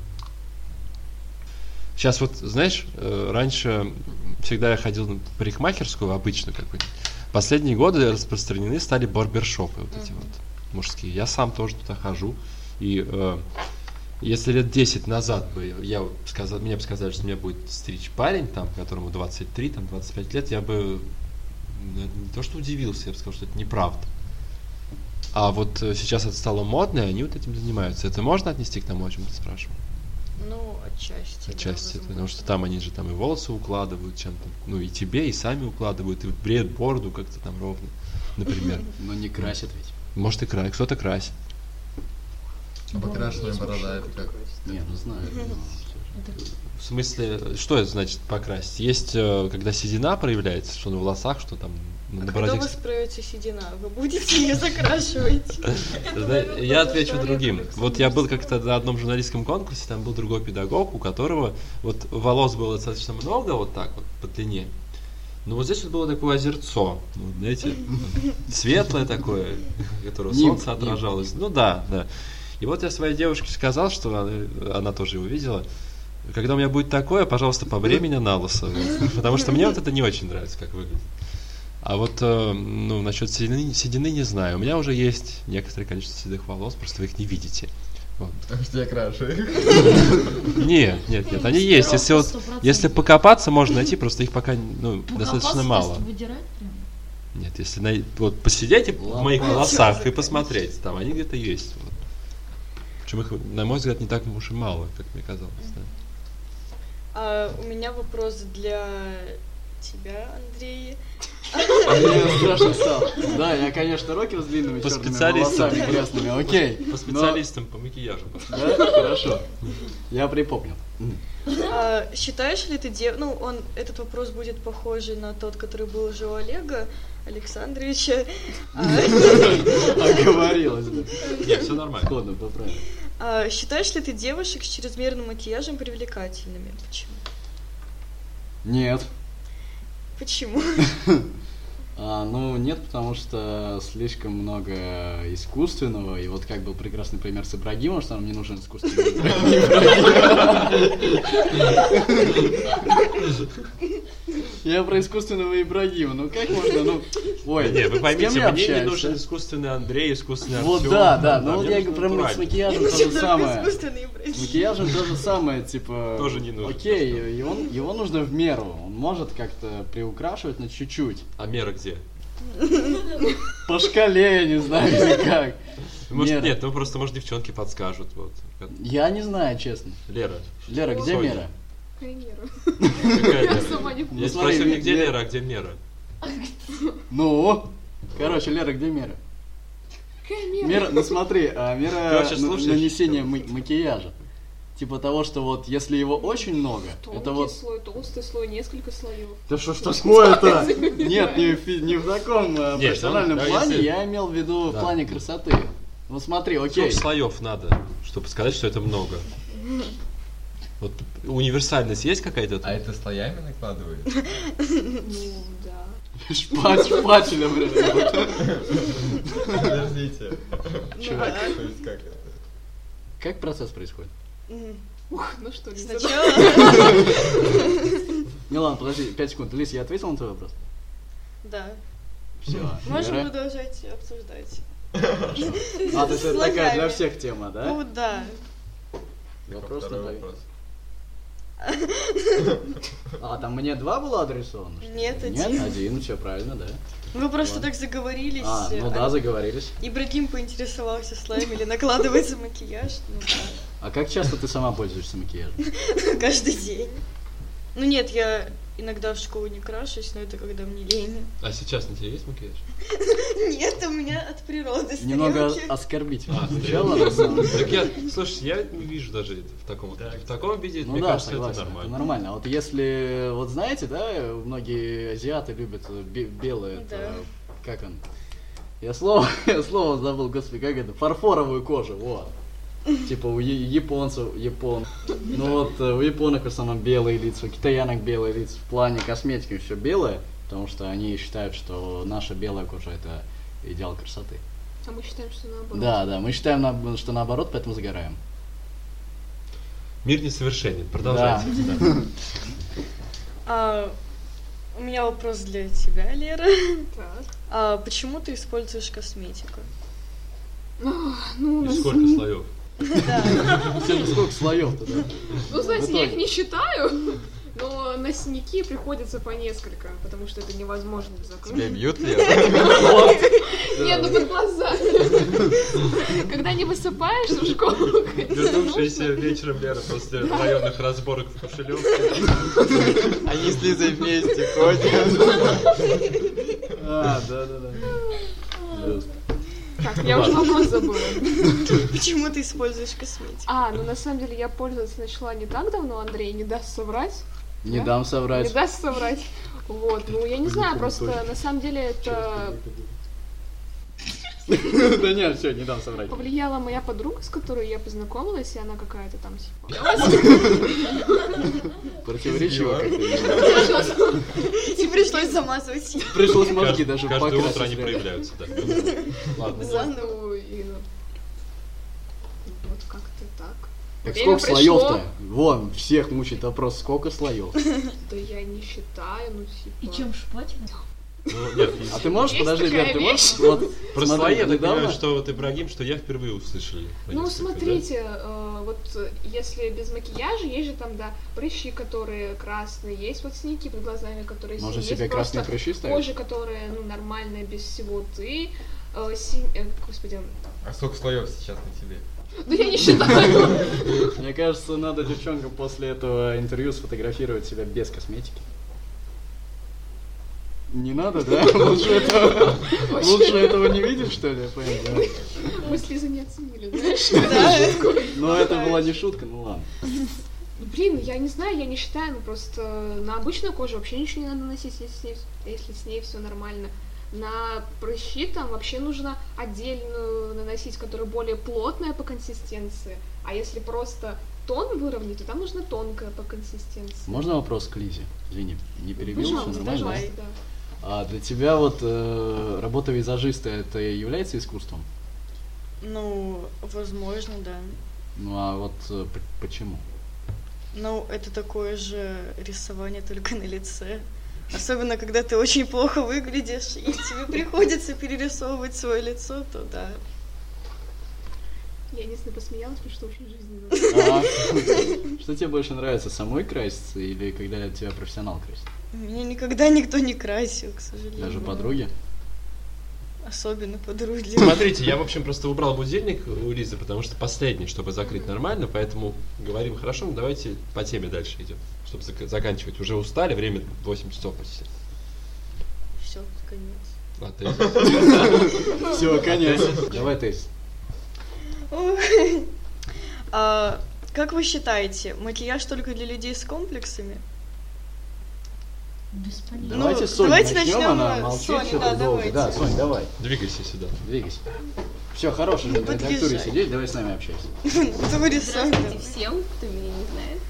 Speaker 2: Сейчас вот, знаешь, раньше всегда я ходил в парикмахерскую, обычную какую-нибудь. Последние годы распространены стали барбершопы вот эти вот мужские. Я сам тоже туда хожу. И если лет 10 назад бы мне бы сказали, что меня будет стричь парень, там, которому 23, там, 25 лет, я бы не то что удивился, я бы сказал, что это неправда. А вот сейчас это стало модно, и они вот этим занимаются. Это можно отнести к тому, о чем ты спрашивал?
Speaker 7: Ну, отчасти.
Speaker 2: Отчасти, да, потому что там они же там и волосы укладывают чем-то, ну и тебе, и сами укладывают, и бреют бороду как-то там ровно, например.
Speaker 1: Но не красят ведь.
Speaker 2: Может и кто-то красит.
Speaker 3: А покрашенная борода это как?
Speaker 1: Не, ну знаю.
Speaker 2: В смысле, что это значит покрасить? Есть, когда седина проявляется, что на волосах, что там на бороде.
Speaker 7: Когда у вас проявится седина, вы будете ее закрашивать?
Speaker 2: Я отвечу другим. Вот я был как-то на одном журналистском конкурсе, там был другой педагог, у которого вот волос было достаточно много, вот так вот, по длине. Но вот здесь вот было такое озерцо, вот, знаете, светлое такое, которое солнце отражалось. Ну да. И вот я своей девушке сказал, что она тоже его видела. Когда у меня будет такое, пожалуйста, побрей меня на лысо. Вот. Потому что мне вот это не очень нравится, как выглядит. А вот насчет седины не знаю. У меня уже есть некоторое количество седых волос, просто вы их не видите. Вот.
Speaker 3: А что я крашу их?
Speaker 2: Нет, они есть. Если покопаться, можно найти, просто их пока достаточно мало.
Speaker 5: Выдирать прям?
Speaker 2: Нет, если вот посидеть в моих волосах и посмотреть, там они где-то есть. Вот. Причем их, на мой взгляд, не так уж и мало, как мне казалось. Да.
Speaker 7: У меня вопрос для тебя, Андрей.
Speaker 1: Мне страшно стало. Да, я, конечно, рокер с длинными
Speaker 2: По
Speaker 1: черными
Speaker 2: специалистам.
Speaker 1: волосами грязными, окей.
Speaker 2: По специалистам по макияжу.
Speaker 1: Да, хорошо. Я припомнил.
Speaker 7: Считаешь ли ты этот вопрос будет похожий на тот, который был уже у Олега Александровича.
Speaker 1: Оговорилась, да.
Speaker 2: Нет, все нормально.
Speaker 1: Сходно, поправим.
Speaker 7: Считаешь ли ты девушек с чрезмерным макияжем привлекательными? Почему?
Speaker 1: Нет.
Speaker 7: Почему?
Speaker 1: Нет, потому что слишком много искусственного, и вот как был прекрасный пример с Ибрагимом, что нам не нужен искусственный Ибрагим. Я про искусственного Ибрагима, ну как можно,
Speaker 2: Ой, не, вы поймите, мне не нужен искусственный Андрей, искусственный Артём.
Speaker 1: Вот да, ну вот я говорю, с макияжем то же самое. С макияжем то же самое, типа...
Speaker 2: Тоже не нужно.
Speaker 1: Окей, его нужно в меру, он может как-то приукрашивать, но чуть-чуть.
Speaker 2: А мера где?
Speaker 1: По шкале, я не знаю, или как.
Speaker 2: Может, нет, просто, может, девчонки подскажут. Вот.
Speaker 1: Я не знаю, честно.
Speaker 2: Лера,
Speaker 1: где мера?
Speaker 4: Какая мера?
Speaker 2: Какая
Speaker 4: Я
Speaker 2: Лера?
Speaker 4: сама не помню.
Speaker 2: Я спросил не где Лера, а где мера.
Speaker 1: Короче, Лера, где мера?
Speaker 4: Какая мера?
Speaker 1: Ну смотри, мера нанесения макияжа. Типа того, что вот если его очень много, это вот...
Speaker 4: Тонкий слой, толстый слой, несколько слоев.
Speaker 1: Да что ж такое-то? Нет, не в таком профессиональном плане, я имел в виду в плане красоты. Ну смотри, окей.
Speaker 2: Сколько слоев надо, чтобы сказать, что это много? Вот универсальность есть какая-то?
Speaker 3: А это слоями накладывают?
Speaker 4: Ну, да.
Speaker 1: Шпателем, блин.
Speaker 3: Подождите.
Speaker 1: Чувак.
Speaker 3: То есть как это?
Speaker 1: Как процесс происходит?
Speaker 4: Ну что, не
Speaker 7: Сначала...
Speaker 1: Ладно, подожди, 5 секунд. Лиз, я ответил на твой вопрос?
Speaker 7: Да.
Speaker 1: Все.
Speaker 7: Можем продолжать обсуждать.
Speaker 1: То есть это такая для всех тема, да?
Speaker 7: Ну да.
Speaker 1: Вопрос на
Speaker 3: Второй
Speaker 1: двоих.
Speaker 3: вопрос.
Speaker 1: Там мне 2 было адресовано?
Speaker 7: Нет,
Speaker 1: Нет, 1, все правильно, да.
Speaker 7: Вы просто так заговорились.
Speaker 1: Ну да, заговорились.
Speaker 7: Ибрагим поинтересовался слоем или накладывается макияж. Ну да.
Speaker 1: А как часто ты сама пользуешься макияжем?
Speaker 7: Каждый день. Ну нет, я иногда в школу не крашусь, но это когда мне лень.
Speaker 2: А сейчас на тебе есть макияж?
Speaker 7: Нет, у меня от природы стрелки.
Speaker 1: Немного оскорбительно звучало, на самом деле.
Speaker 2: Слушай, я не вижу даже это в таком виде,
Speaker 1: Ну
Speaker 2: мне
Speaker 1: да,
Speaker 2: кажется,
Speaker 1: согласен,
Speaker 2: это
Speaker 1: это
Speaker 2: нормально.
Speaker 1: нормально. Вот если, вот знаете, да, многие азиаты любят белое,
Speaker 7: Да.
Speaker 1: как он? Я слово забыл, господи, как это? Фарфоровую кожу, вот. Типа у японцев, ну вот у японок в основном белые лица, у китаянок белые лица. В плане косметики все белое, потому что они считают, что наша белая кожа это идеал красоты.
Speaker 4: А мы считаем, что наоборот.
Speaker 1: Да, мы считаем, что наоборот, поэтому загораем.
Speaker 2: Мир несовершенен, продолжайте.
Speaker 7: Да. У меня вопрос для тебя, Лера.
Speaker 4: Так.
Speaker 7: Почему ты используешь косметику?
Speaker 2: И сколько слоев?
Speaker 1: Сколько слоев-то, да?
Speaker 4: Ну, знаете, я их не считаю, но на синяки приходится по несколько, потому что это невозможно закрыть.
Speaker 3: Тебя бьют, Лера?
Speaker 4: Нет, ну под глаза. Когда не высыпаешь в школу,
Speaker 2: Вернувшиеся вечером Лера после районных разборок в Кошелевке.
Speaker 3: Они с Лизой вместе ходят.
Speaker 1: Да.
Speaker 4: Так, я уже вопрос забыла.
Speaker 7: Почему ты используешь косметику?
Speaker 4: Ну на самом деле я пользоваться начала не так давно, Андрей, не даст соврать.
Speaker 1: Не дам соврать.
Speaker 4: Не даст соврать. Вот, ну я не знаю, просто на самом деле это
Speaker 1: Да нет, все, не дам соврать.
Speaker 4: повлияла моя подруга, с которой я познакомилась, и она какая-то там типа...
Speaker 1: Противоречиво как-то.
Speaker 7: Тебе пришлось замазывать.
Speaker 1: Пришлось мозги даже
Speaker 2: Каждое утро
Speaker 1: покрасить.
Speaker 2: они проявляются, да. Ладно.
Speaker 7: Заново.
Speaker 4: Вот как-то так.
Speaker 1: Так
Speaker 4: Время
Speaker 1: сколько
Speaker 4: пришло.
Speaker 1: слоев-то? Вон, всех мучает вопрос, сколько слоев?
Speaker 4: Да я не считаю, ну типа...
Speaker 5: И чем шпатель?
Speaker 2: Ну, нет,
Speaker 1: А ты можешь,
Speaker 4: Есть
Speaker 1: подожди,
Speaker 4: такая
Speaker 1: Лер, ты
Speaker 4: вещь.
Speaker 1: можешь? Вот,
Speaker 2: про
Speaker 1: смотри,
Speaker 2: слои я так
Speaker 1: недавно-
Speaker 2: понимаю, что вот Ибрагим, что я впервые услышали.
Speaker 4: Ну, смотрите, вот если без макияжа, есть же там, да, прыщи, которые красные, есть вот синяки под глазами, которые
Speaker 1: Можно
Speaker 4: синие,
Speaker 1: себе
Speaker 4: есть
Speaker 1: красные
Speaker 4: просто
Speaker 1: прыщи ставить?
Speaker 4: кожа, которая, ну, нормальная, без всего ты, господи,
Speaker 3: А сколько слоев сейчас на тебе?
Speaker 4: да я не считаю.
Speaker 1: Мне кажется, надо девчонкам после этого интервью сфотографировать себя без косметики. Не надо, да? Лучше этого не видеть, что ли?
Speaker 4: Мы с Лизой не оценили, знаешь?
Speaker 1: Ну, это была не шутка, ну ладно.
Speaker 4: Блин, я не знаю, я не считаю, ну просто на обычную кожу вообще ничего не надо наносить, если с ней все нормально. На прыщи там вообще нужно отдельную наносить, которая более плотная по консистенции. А если просто тон выровнять, то там нужно тонкая по консистенции.
Speaker 1: Можно вопрос к Лизе? Извини, не перебил, все
Speaker 4: Пожалуйста,
Speaker 1: нормально?
Speaker 4: давай, да.
Speaker 1: А для тебя вот работа визажиста это является искусством?
Speaker 7: Ну, возможно, да.
Speaker 1: Ну а вот почему?
Speaker 7: Ну, это такое же рисование только на лице. Особенно, когда ты очень плохо выглядишь, и тебе приходится перерисовывать свое лицо, то да.
Speaker 4: Я единственное посмеялась, потому что очень жизненно.
Speaker 1: Что тебе больше нравится, самой краситься или когда тебя профессионал красит?
Speaker 7: Меня никогда никто не красил, к сожалению.
Speaker 1: Даже подруги?
Speaker 7: Особенно подруги.
Speaker 2: Смотрите, я, в общем, просто убрал будильник у Лизы, потому что последний, чтобы закрыть нормально, поэтому говорим хорошо, но давайте по теме дальше идем, чтобы заканчивать. Уже устали, время 8 часов почти.
Speaker 7: Все, конец.
Speaker 2: А, тезис.
Speaker 1: Все, конец. Давай тезис.
Speaker 7: Как вы считаете, макияж только для людей с комплексами?
Speaker 5: Без понятия.
Speaker 1: Давайте с Соней
Speaker 7: давайте
Speaker 1: начнем,
Speaker 7: начнем
Speaker 1: она
Speaker 7: с
Speaker 1: молчит
Speaker 7: Сони,
Speaker 1: что-то
Speaker 7: да,
Speaker 1: долго.
Speaker 7: давайте.
Speaker 1: Да, Сонь, давай,
Speaker 2: Двигайся сюда.
Speaker 1: двигайся. Все, хорош уже, в редактуре
Speaker 7: подъезжай.
Speaker 1: сидеть, давай с нами общайся.
Speaker 7: Здравствуйте
Speaker 6: Здравствуйте всем, кто меня не знает.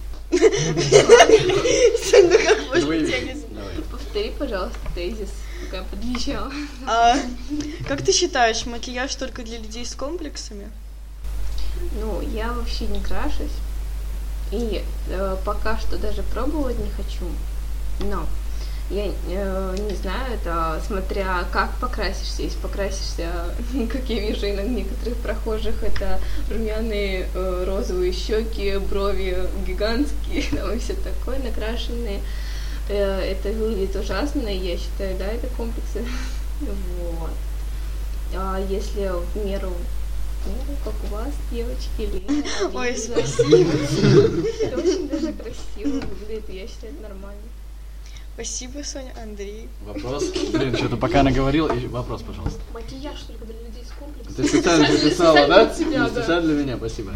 Speaker 1: Давай.
Speaker 6: Повтори, пожалуйста, тезис, пока я подъезжала.
Speaker 7: Как ты считаешь, макияж только для людей с комплексами?
Speaker 6: Ну, я вообще не крашусь. И пока что даже пробовать не хочу. Но я не знаю, это смотря как покрасишься. Если покрасишься, как я вижу на некоторых прохожих, это румяные розовые щеки, брови гигантские, там и все такое, накрашенные. Это выглядит ужасно, и я считаю, да, это комплексы. Вот. А если в меру, ну, как у вас, девочки, Лена,
Speaker 7: Ой,
Speaker 6: Лиза,
Speaker 7: спасибо.
Speaker 6: это очень даже красиво выглядит, и я считаю, это нормально.
Speaker 7: Спасибо, Соня. Андрей.
Speaker 1: Вопрос? Блин, что-то пока наговорил. И вопрос, пожалуйста.
Speaker 4: Макияж только для людей с комплексом.
Speaker 1: Ты специально записала, да?
Speaker 4: для себя, да.
Speaker 1: Специально для меня, спасибо.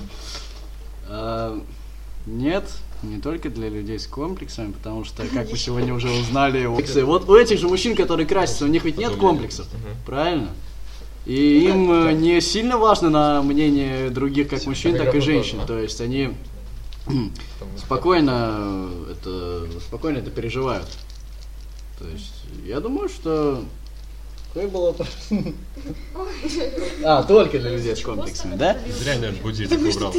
Speaker 1: Нет, не только для людей с комплексами, потому что, как мы сегодня уже узнали, вот у этих же мужчин, которые красятся, у них ведь нет комплексов, правильно? И им не сильно важно на мнение других как мужчин, так и женщин. То есть они спокойно это переживают. То есть я думаю, что... Какой был вопрос? Только для людей с комплексами, да?
Speaker 2: Зря, наверное, будильник убрал.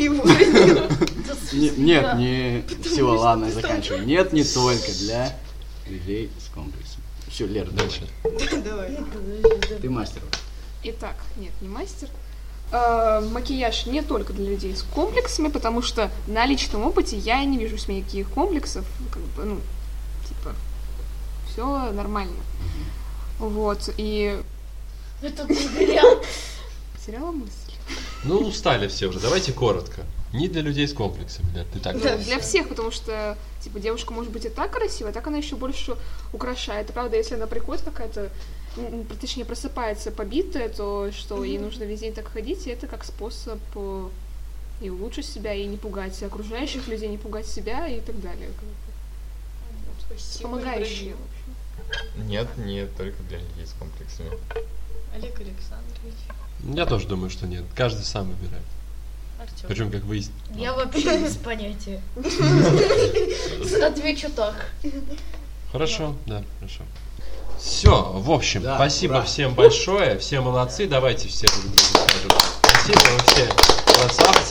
Speaker 1: Нет, не... Все, ладно, заканчивай. Нет, не только для людей с комплексами. Все, Лера, дальше.
Speaker 7: Давай.
Speaker 1: Ты мастер.
Speaker 4: Итак, нет, не мастер. Макияж не только для людей с комплексами, потому что на личном опыте я не вижу в себе никаких комплексов. Как бы, ну, типа, все нормально. Вот, и...
Speaker 5: Это потерял.
Speaker 4: Потеряла мысль.
Speaker 2: Ну, устали все уже, давайте коротко. Не для людей с комплексами, да, ты так.
Speaker 4: Ну, для всех, потому что, типа, девушка может быть и так красивая, так она еще больше украшает. И правда, если она приходит какая-то, точнее, просыпается побитая, то что ей нужно весь день так ходить, и это как способ и улучшить себя, и не пугать окружающих людей, не пугать себя и так далее. Помогающие.
Speaker 3: Нет, не только для людей с комплексами.
Speaker 7: Олег Александрович.
Speaker 2: Я тоже думаю, что нет. Каждый сам выбирает.
Speaker 7: Артём.
Speaker 2: Причем, как выяснить.
Speaker 5: Я вообще без понятия. Отвечу так.
Speaker 2: Хорошо, да, хорошо. Все, в общем,
Speaker 1: Да,
Speaker 2: спасибо
Speaker 1: ура.
Speaker 2: всем большое, все молодцы, давайте все друг другу скажем спасибо, вы все молодцы.